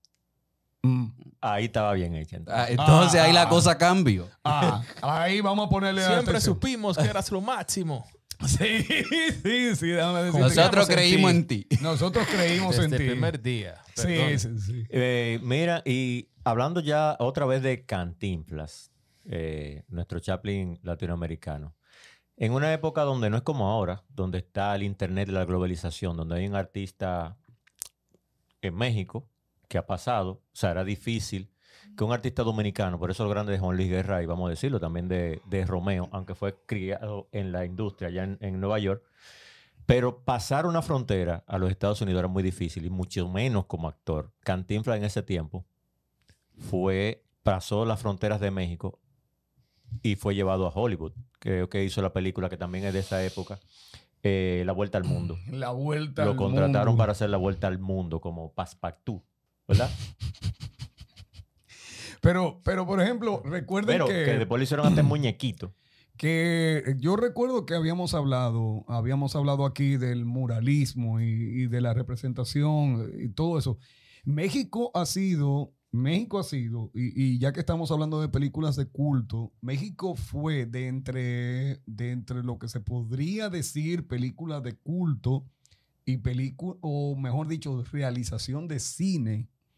Ahí estaba bien hecha. Ah, entonces. entonces Ah. ahí la cosa cambió. Ah, ahí vamos a ponerle Siempre atención. supimos que eras lo máximo. Sí, sí, sí, déjame decirte. Nosotros Confiamos en creímos ti. en ti. Nosotros creímos Desde en el ti. primer día. Sí, Perdón. sí, sí. Eh, mira, y hablando ya otra vez de Cantinflas, eh, nuestro Chaplin latinoamericano. En una época donde no es como ahora, donde está el internet y la globalización, donde hay un artista en México que ha pasado, o sea, era difícil que un artista dominicano, por eso lo grande de Juan Luis Guerra y vamos a decirlo también de, de Romeo, aunque fue criado en la industria allá en, en Nueva York, pero pasar una frontera a los Estados Unidos era muy difícil y mucho menos como actor. Cantinflas en ese tiempo fue, pasó las fronteras de México y fue llevado a Hollywood. Creo que hizo la película que también es de esa época, eh, La Vuelta al Mundo. La vuelta Lo al contrataron mundo. para hacer La Vuelta al Mundo como Passepartout, ¿verdad? Pero, pero, por ejemplo, recuerden Pero que, que después le hicieron hasta el muñequito. que yo recuerdo que habíamos hablado, habíamos hablado aquí del muralismo y, y de la representación y todo eso. México ha sido, México ha sido, y, y ya que estamos hablando de películas de culto, México fue de entre, de entre lo que se podría decir películas de culto y película, o mejor dicho, realización de cine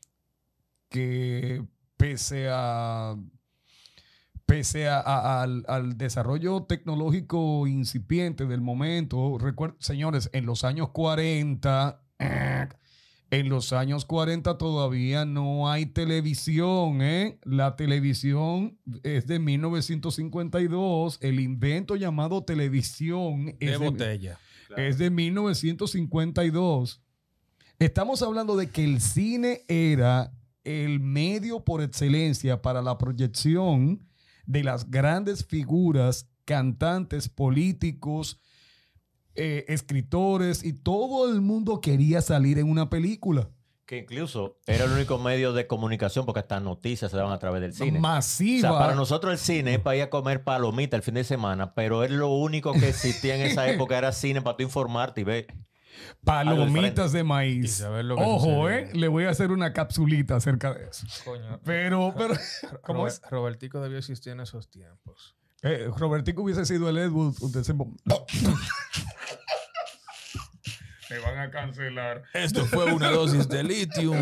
que pese a pese a, a- al, al desarrollo tecnológico incipiente del momento, recuerden, señores, en los años cuarenta, eh, en los años cuarenta todavía no hay televisión, ¿eh? La televisión es de mil novecientos cincuenta y dos, el invento llamado televisión De es de, botella. es de mil novecientos cincuenta y dos. Estamos hablando de que el cine era el medio por excelencia para la proyección de las grandes figuras, cantantes, políticos, eh, escritores, y todo el mundo quería salir en una película. Que incluso era el único medio de comunicación porque hasta noticias se daban a través del cine. O Masiva. sea, para nosotros el cine es para ir a comer palomita el fin de semana, pero es lo único que existía en esa época era cine para tú informarte y ver. Palomitas de Y maíz. saber lo que Ojo, sucede. eh, le voy a hacer una capsulita acerca de eso. Coño. Pero, pero, ¿cómo Robert- es? Robertico debió existir en esos tiempos. Eh, Robertico hubiese sido el Ed Wood. Usted se... Me van a cancelar. Esto fue una dosis de litio.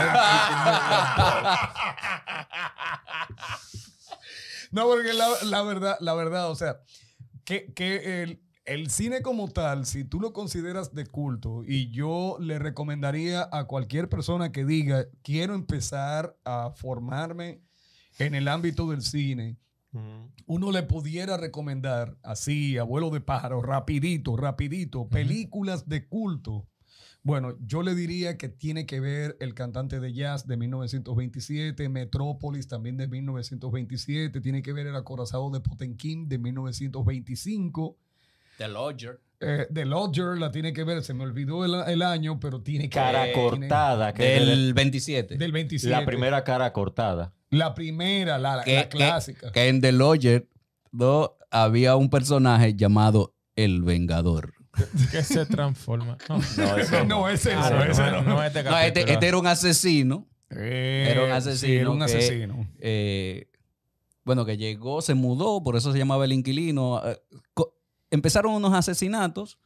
No, porque la, la verdad, la verdad, o sea, que, que el, el cine como tal, si tú lo consideras de culto, y yo le recomendaría a cualquier persona que diga, quiero empezar a formarme en el ámbito del cine, Ujú. uno le pudiera recomendar así, abuelo de pájaro, rapidito, rapidito, películas de culto. Bueno, yo le diría que tiene que ver El cantante de jazz de mil novecientos veintisiete, Metrópolis también de mil novecientos veintisiete, tiene que ver El acorazado de Potemkin de mil novecientos veinticinco, The Lodger. eh, The Lodger la tiene que ver, se me olvidó el, el año, pero tiene que Cara tiene- cortada. Que es Del veintisiete. del veintisiete. la primera cara cortada. La primera, la, la- que, la que- clásica. que en The Lodger do, había un personaje llamado El Vengador. Que se transforma. No, No, eso no, no. ese no, Ah, no, ese no, no. no este No, este, capítulo. este era un asesino. Eh, Era un sí, asesino. era un que, asesino. eh, bueno, que llegó, se mudó, por eso se llamaba El Inquilino. Eh, co- empezaron unos asesinatos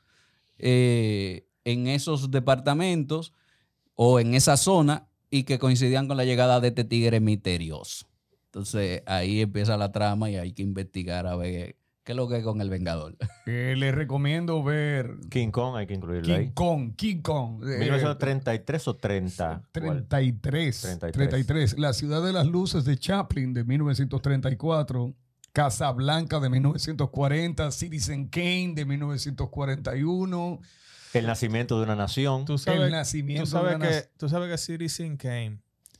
eh, en esos departamentos o en esa zona y que coincidían con la llegada de este tigre misterioso. Entonces ahí empieza la trama y hay que investigar a ver qué es lo que es con el Vengador. Eh, les recomiendo ver King Kong hay que incluirlo King ahí. Kong, King Kong. eh, ¿mil novecientos treinta y tres o treinta? ¿Cuál? treinta y tres, treinta y tres. treinta y tres. La ciudad de las luces de Chaplin de mil novecientos treinta y cuatro. Casablanca de mil novecientos cuarenta. Citizen Kane de mil novecientos cuarenta y uno. El nacimiento de una nación. Tú sabes, El nacimiento tú sabes de una que, nac- tú sabes que Citizen Kane,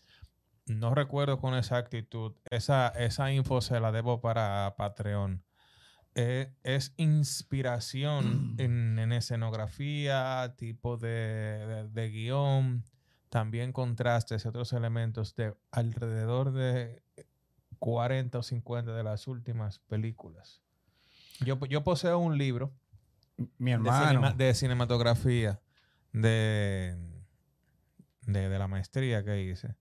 no recuerdo con exactitud, esa, esa info se la debo para Patreon. Eh, es inspiración en, en escenografía, tipo de, de, de guión, también contrastes y otros elementos de alrededor de cuarenta o cincuenta de las últimas películas. Yo, yo poseo un libro Mi de, hermano. cinema- de cinematografía de, de, de la maestría que hice.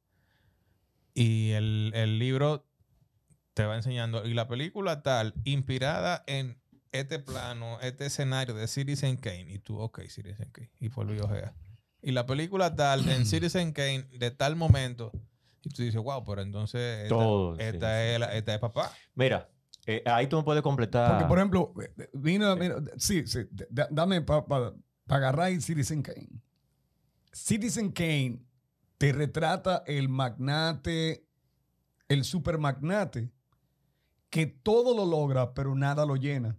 Y el, el libro te va enseñando. Y la película tal, inspirada en este plano, este escenario de Citizen Kane. Y tú, ok, Citizen Kane. Y por Luis Ojea. Y la película tal, en Citizen Kane, de tal momento. Y tú dices, wow, pero entonces esta, Todo, sí, esta, sí. es, la- esta es papá. Mira, eh, ahí tú me puedes completar. Porque, por ejemplo, eh, mira, mira, sí, sí, da- dame para agarrar ahí Citizen Kane. Citizen Kane te retrata el magnate, el super magnate, que todo lo logra, pero nada lo llena.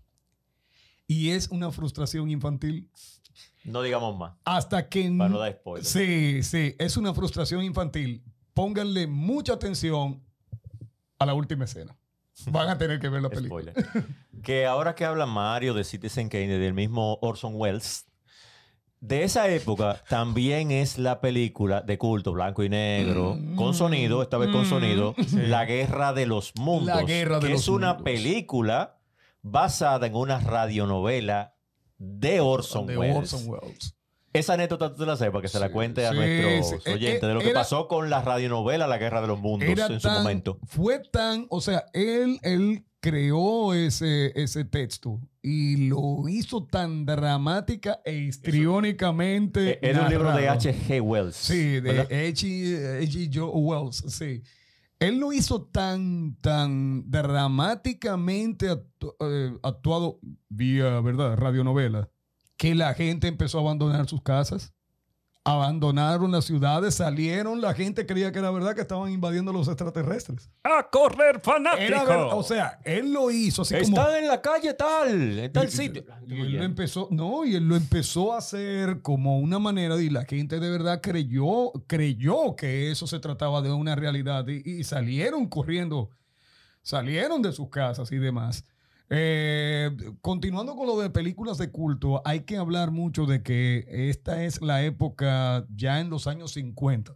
Y es una frustración infantil. No digamos más, Hasta que... para no dar spoiler. Sí, sí, es una frustración infantil. Pónganle mucha atención a la última escena. Van a tener que ver la película. Spoiler. Que ahora que habla Mario de Citizen Kane, del mismo Orson Welles, de esa época también es la película de culto, blanco y negro, Mm, con sonido, esta vez con mm, sonido, La Guerra de los Mundos. La Guerra de que los es una Mundos. película basada en una radionovela de Orson De Welles. Orson Welles. Esa anécdota tú te la sabes para que se la Sí, cuente a sí, nuestros sí. Eh, oyentes eh, de lo que era- pasó con la radionovela La Guerra de los Mundos Era en su tan- momento. Fue tan, o sea, él, él creó ese, ese texto y lo hizo tan dramática e histriónicamente. Es un libro de narrado. H G. Wells. Sí, de ¿verdad? H G. Wells, sí. Él lo hizo tan, tan dramáticamente actu- eh, actuado vía, ¿verdad?, radionovela, que la gente empezó a abandonar sus casas, abandonaron las ciudades, salieron, la gente creía que era verdad que estaban invadiendo los extraterrestres. ¡A correr, fanático! Era ver- o sea, él lo hizo así como... Está en la calle tal, en tal Y- sitio. y él lo empezó, no, y él lo empezó a hacer como una manera y la gente de verdad creyó, creyó que eso se trataba de una realidad y, y salieron corriendo, salieron de sus casas y demás. Eh, continuando con lo de películas de culto, hay que hablar mucho de que esta es la época ya en los años cincuenta.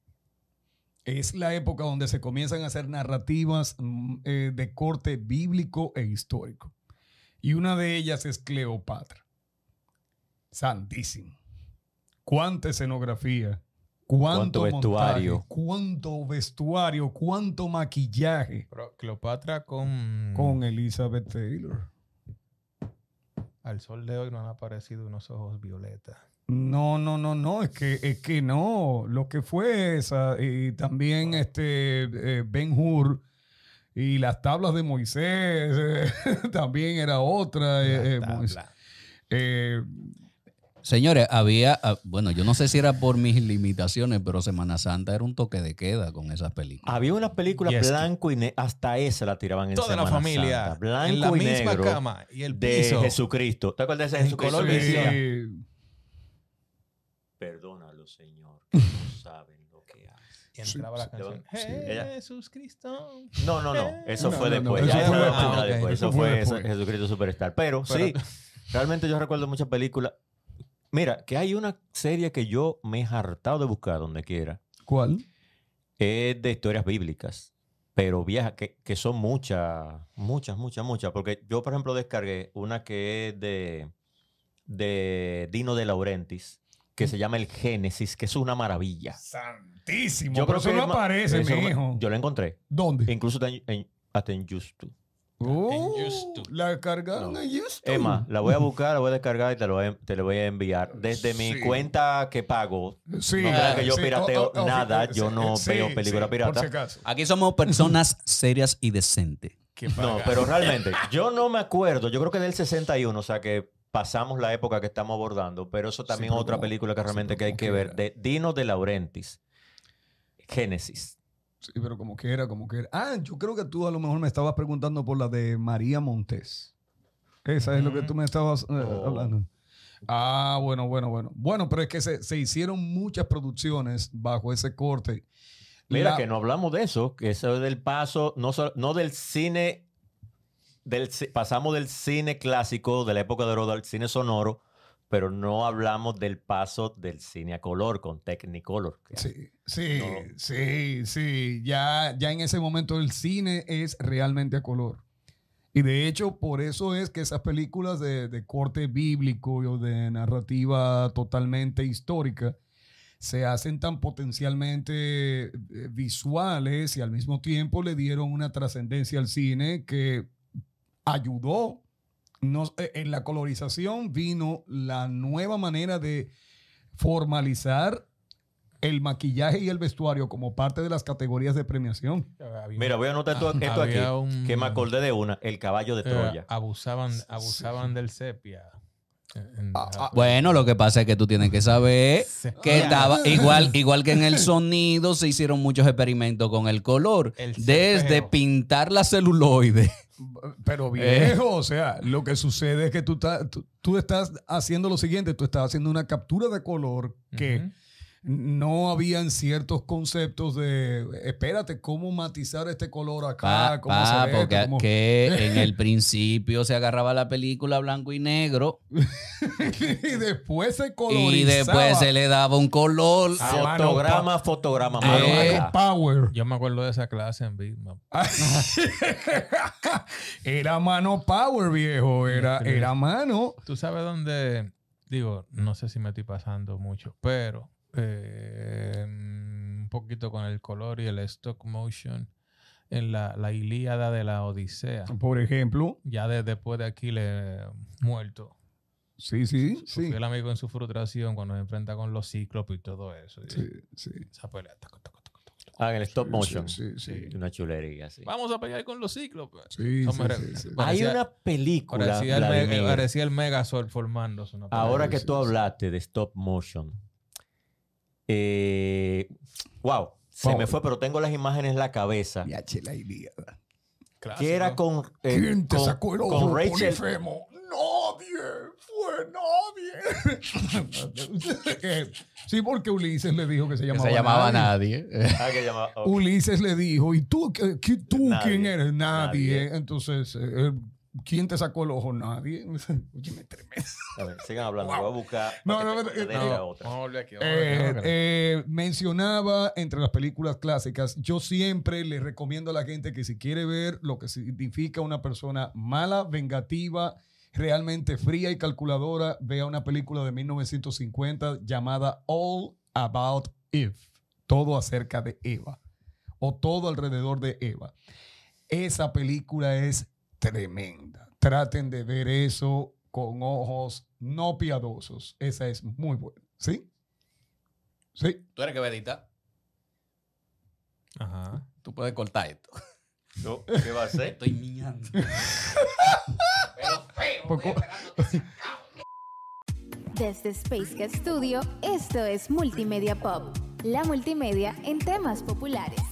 Es la época donde se comienzan a hacer narrativas mm, eh, de corte bíblico e histórico. Y una de ellas es Cleopatra. Santísimo. Cuánta escenografía, cuánto, Cuánto vestuario. montaje, cuánto vestuario, cuánto maquillaje Pero Cleopatra con, con Elizabeth Taylor. al sol de hoy no han aparecido unos ojos violetas. No, no, no, no, es que, es que no. Lo que fue esa, y también este eh, Ben-Hur y las tablas de Moisés, eh, también era otra. eh, eh, La Moisés. tabla. Eh, Señores, había, ah, bueno, yo no sé si era por mis limitaciones, pero Semana Santa era un toque de queda con esas películas. Había una película Y es que- blanco y negro, hasta esa la tiraban en Toda la Semana familia Santa. Blanco en la y misma negro cama y el de piso. Jesucristo. ¿Te acuerdas de ese En Jesucristo? color que decía, decía, eh, perdónalo, Señor, que no saben lo que hacen. Y entraba la sí, canción. sí, ella- Jesús Cristo. No, no, no. Eso No, fue no, no, después. eso Ya fue eso después. vino Ah, ok. después. Eso Eso fue fue después. Jesucristo Superstar. Pero, Pero- sí, realmente yo recuerdo muchas películas. Mira, que hay una serie que yo me he hartado de buscar donde quiera. ¿Cuál? Es de historias bíblicas. Pero viejas, que, que son muchas, muchas, muchas, muchas. Porque yo, por ejemplo, descargué una que es de, de Dino de Laurentiis, que se llama El Génesis, que es una maravilla. Santísimo. Yo creo Pero eso que no es ma- aparece, eso no- mi hijo. Yo la encontré. ¿Dónde? Incluso está en- en- hasta en YouTube. Oh, En YouTube. la cargaron No. en YouTube. Emma, la voy a buscar, la voy a descargar y te, lo voy a, te la voy a enviar. Desde mi Sí. cuenta que pago, Sí, no creas que yo sí, pirateo oh, oh, oh, nada, sí, yo no sí, veo sí, película sí, pirata. Por si acaso. Aquí somos personas serias y decentes. Qué No, pagada. pero realmente, yo no me acuerdo, yo creo que del sesenta y uno, o sea que pasamos la época que estamos abordando, pero eso también pero es otra como- película que sí, realmente pero que hay como que que ver, era. de Dino de Laurentiis, Génesis. Sí, pero como que era, como que era. Ah, yo creo que tú a lo mejor me estabas preguntando por la de María Montes. Esa es lo que tú me estabas eh, Oh. hablando. Ah, bueno, bueno, bueno. Bueno, pero es que se, se hicieron muchas producciones bajo ese corte. Mira La- que no hablamos de eso, que eso es del paso, no, so- no del cine, del, ci- pasamos del cine clásico de la época de oro al cine sonoro, pero no hablamos del paso del cine a color con Technicolor. que- Sí, sí, No. sí, sí. Ya, ya en ese momento el cine es realmente a color. Y de hecho, por eso es que esas películas de, de corte bíblico o de narrativa totalmente histórica se hacen tan potencialmente eh, visuales y al mismo tiempo le dieron una trascendencia al cine que ayudó. Nos- eh, en la colorización vino la nueva manera de formalizar el maquillaje y el vestuario como parte de las categorías de premiación. Había- Mira, voy a anotar esto, esto aquí, había un- que me acordé de una, El caballo de eh, Troya. abusaban abusaban del sepia. En- Ah, ah, Bueno, lo que pasa es que tú tienes que saber Sí. que estaba igual, igual que en el sonido se hicieron muchos experimentos con el color. El Desde cepeo. pintar la celuloide. Pero viejo, o sea, lo que sucede es que tú, estás- tú, tú estás haciendo lo siguiente, tú estás haciendo una captura de color que Ujú. no habían ciertos conceptos de, espérate, cómo matizar este color acá, Pa- cómo pa, hacer esto, porque cómo- que en el principio se agarraba la película blanco y negro y después se colorizaba. y después se le daba un color. Ah, mano, Fotograma, fotograma, Ah, mano, Eh, acá. Power. Yo me acuerdo de esa clase en Big Map. Era mano power, viejo. Era, era mano. Tú sabes dónde, digo, no sé si me estoy pasando mucho, pero eh, un poquito con el color y el stop motion. en la, la Ilíada de la Odisea. Por ejemplo. Ya de, después de Aquiles muerto. Sí, sí, Su sí. fiel amigo en su frustración cuando se enfrenta con los cíclopes y todo eso. Y Sí, sí. esa pelea. Taco, taco, taco, taco, taco. Ah, en el stop Sí, motion. sí, sí, sí. Una chulería, sí. Vamos a pelear con los cíclopes. Sí, Eso sí, me re- sí, sí. Hay parecía- una película, Parecía el, me- Vladimir, parecía el Megazord formándose. Una ahora pelea. que sí, tú sí. hablaste de stop motion. Eh, wow, se Wow. me fue, pero tengo las imágenes en la cabeza. Y H la Ilíada. Clásico. Que era con, eh, ¿Quién te con, sacó el con ojo, Rachel. Polifemo? Nadie. Fue nadie. Eh, sí, porque Ulises le dijo que se Que llamaba se llamaba nadie. nadie. Ah, que llamaba- oh. Ulises le dijo, ¿y tú, qué- qué- tú Nadie. quién eres? Nadie. Nadie. Entonces, eh, ¿quién te sacó el ojo? Nadie. Oye, me tremendo. A ver, sigan hablando, voy a buscar. No, para no, que no, te- eh, te no. diga No, otra. vamos a volver aquí. vamos a Eh, volver aquí. eh, mencionaba entre las películas clásicas, yo siempre le recomiendo a la gente que si quiere ver lo que significa una persona mala, vengativa, realmente fría y calculadora, vea una película de mil novecientos cincuenta llamada All About Eve, todo acerca de Eva, o todo alrededor de Eva. Esa película es tremenda. Traten de ver eso con ojos no piadosos. Esa es muy buena. ¿Sí? Sí. Tú eres que vedita. Ajá. Tú puedes cortar esto. No, ¿qué va a hacer? Estoy miando. Poco- Desde Space Cat Studio, esto es Multimedia Pop, la multimedia en temas populares.